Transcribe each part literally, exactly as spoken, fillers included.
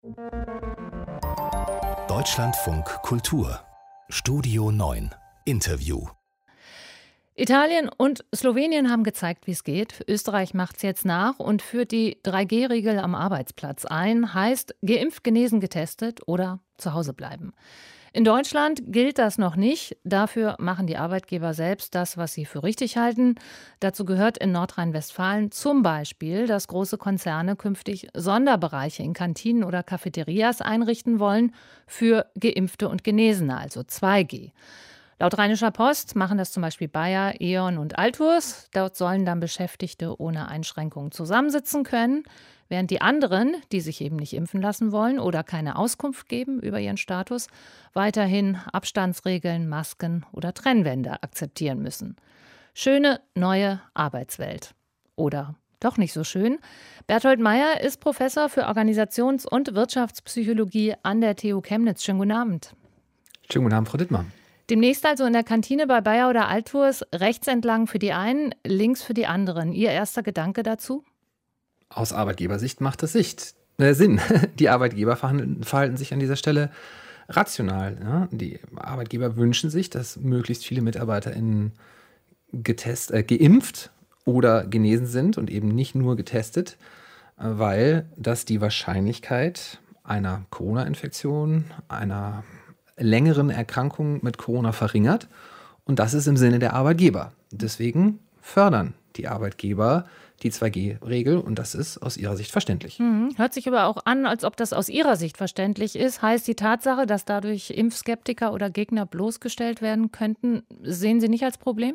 Deutschlandfunk Kultur Studio neun Interview. Italien und Slowenien haben gezeigt, wie es geht. Österreich macht es jetzt nach und führt die drei G Regel am Arbeitsplatz ein. Heißt, geimpft, genesen, getestet oder zu Hause bleiben. In Deutschland gilt das noch nicht. Dafür machen die Arbeitgeber selbst das, was sie für richtig halten. Dazu gehört in Nordrhein-Westfalen zum Beispiel, dass große Konzerne künftig Sonderbereiche in Kantinen oder Cafeterias einrichten wollen für Geimpfte und Genesene, also zwei G. Laut Rheinischer Post machen das zum Beispiel Bayer, E.ON und Altus. Dort sollen dann Beschäftigte ohne Einschränkungen zusammensitzen können, während die anderen, die sich eben nicht impfen lassen wollen oder keine Auskunft geben über ihren Status, weiterhin Abstandsregeln, Masken oder Trennwände akzeptieren müssen. Schöne neue Arbeitswelt. Oder doch nicht so schön. Berthold Meyer ist Professor für Organisations- und Wirtschaftspsychologie an der T U Chemnitz. Schönen guten Abend. Schönen guten Abend, Frau Dittmann. Demnächst also in der Kantine bei Bayer oder Altus rechts entlang für die einen, links für die anderen. Ihr erster Gedanke dazu? Aus Arbeitgebersicht macht das Sicht, äh, Sinn. Die Arbeitgeber verhalten, verhalten sich an dieser Stelle rational. Ja? Die Arbeitgeber wünschen sich, dass möglichst viele MitarbeiterInnen getest, äh, geimpft oder genesen sind und eben nicht nur getestet, äh, weil das die Wahrscheinlichkeit einer Corona-Infektion, einer längeren Erkrankung mit Corona verringert. Und das ist im Sinne der Arbeitgeber. Deswegen fördern die Arbeitgeber die zwei G Regel und das ist aus ihrer Sicht verständlich. Mhm. Hört sich aber auch an, als ob das aus ihrer Sicht verständlich ist. Heißt die Tatsache, dass dadurch Impfskeptiker oder Gegner bloßgestellt werden könnten, sehen Sie nicht als Problem?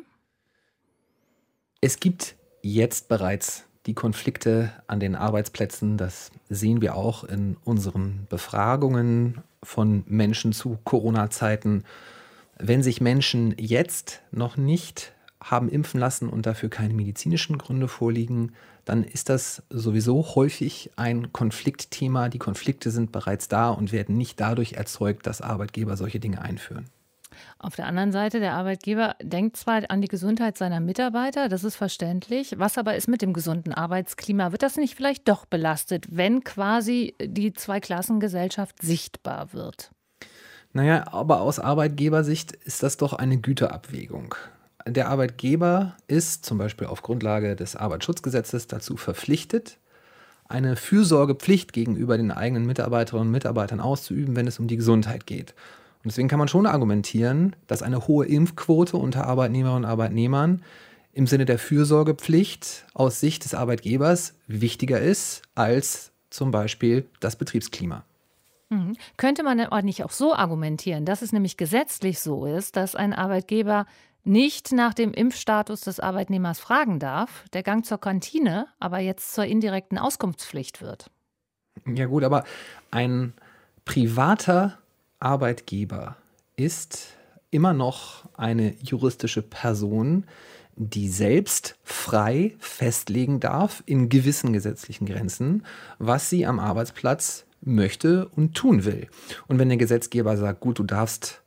Es gibt jetzt bereits die Konflikte an den Arbeitsplätzen. Das sehen wir auch in unseren Befragungen von Menschen zu Corona-Zeiten. Wenn sich Menschen jetzt noch nicht haben impfen lassen und dafür keine medizinischen Gründe vorliegen, dann ist das sowieso häufig ein Konfliktthema. Die Konflikte sind bereits da und werden nicht dadurch erzeugt, dass Arbeitgeber solche Dinge einführen. Auf der anderen Seite, der Arbeitgeber denkt zwar an die Gesundheit seiner Mitarbeiter, das ist verständlich. Was aber ist mit dem gesunden Arbeitsklima? Wird das nicht vielleicht doch belastet, wenn quasi die Zweiklassengesellschaft sichtbar wird? Naja, aber aus Arbeitgebersicht ist das doch eine Güterabwägung. Der Arbeitgeber ist zum Beispiel auf Grundlage des Arbeitsschutzgesetzes dazu verpflichtet, eine Fürsorgepflicht gegenüber den eigenen Mitarbeiterinnen und Mitarbeitern auszuüben, wenn es um die Gesundheit geht. Und deswegen kann man schon argumentieren, dass eine hohe Impfquote unter Arbeitnehmerinnen und Arbeitnehmern im Sinne der Fürsorgepflicht aus Sicht des Arbeitgebers wichtiger ist als zum Beispiel das Betriebsklima. Mhm. Könnte man aber nicht auch so argumentieren, dass es nämlich gesetzlich so ist, dass ein Arbeitgeber nicht nach dem Impfstatus des Arbeitnehmers fragen darf, der Gang zur Kantine aber jetzt zur indirekten Auskunftspflicht wird? Ja gut, aber ein privater Arbeitgeber ist immer noch eine juristische Person, die selbst frei festlegen darf, in gewissen gesetzlichen Grenzen, was sie am Arbeitsplatz möchte und tun will. Und wenn der Gesetzgeber sagt, gut, du darfst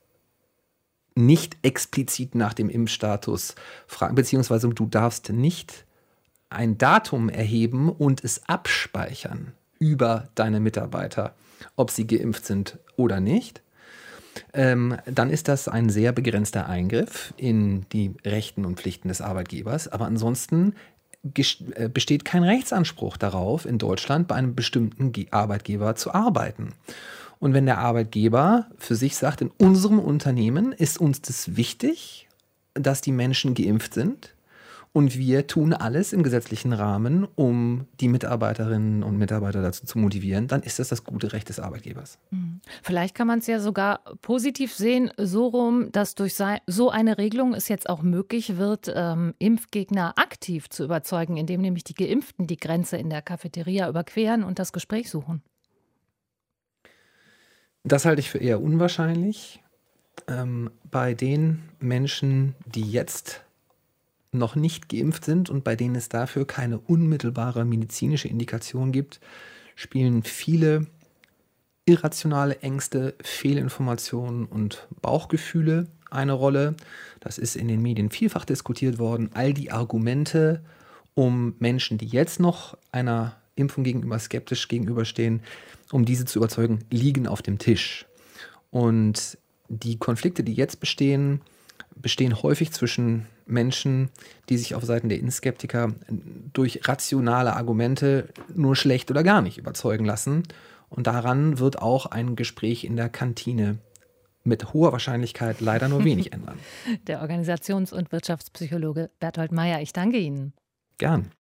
nicht explizit nach dem Impfstatus fragen, beziehungsweise du darfst nicht ein Datum erheben und es abspeichern über deine Mitarbeiter, ob sie geimpft sind oder nicht, ähm, dann ist das ein sehr begrenzter Eingriff in die Rechten und Pflichten des Arbeitgebers. Aber ansonsten gest- äh, besteht kein Rechtsanspruch darauf, in Deutschland bei einem bestimmten Ge- Arbeitgeber zu arbeiten. Und wenn der Arbeitgeber für sich sagt, in unserem Unternehmen ist uns das wichtig, dass die Menschen geimpft sind und wir tun alles im gesetzlichen Rahmen, um die Mitarbeiterinnen und Mitarbeiter dazu zu motivieren, dann ist das das gute Recht des Arbeitgebers. Vielleicht kann man es ja sogar positiv sehen, so rum, dass durch so eine Regelung es jetzt auch möglich wird, ähm, Impfgegner aktiv zu überzeugen, indem nämlich die Geimpften die Grenze in der Cafeteria überqueren und das Gespräch suchen. Das halte ich für eher unwahrscheinlich. Ähm, bei den Menschen, die jetzt noch nicht geimpft sind und bei denen es dafür keine unmittelbare medizinische Indikation gibt, spielen viele irrationale Ängste, Fehlinformationen und Bauchgefühle eine Rolle. Das ist in den Medien vielfach diskutiert worden. All die Argumente, um Menschen, die jetzt noch einer Impfung gegenüber skeptisch gegenüberstehen, um diese zu überzeugen, liegen auf dem Tisch. Und die Konflikte, die jetzt bestehen, bestehen häufig zwischen Menschen, die sich auf Seiten der Impfskeptiker durch rationale Argumente nur schlecht oder gar nicht überzeugen lassen. Und daran wird auch ein Gespräch in der Kantine mit hoher Wahrscheinlichkeit leider nur wenig ändern. Der Organisations- und Wirtschaftspsychologe Berthold Meyer, ich danke Ihnen. Gern.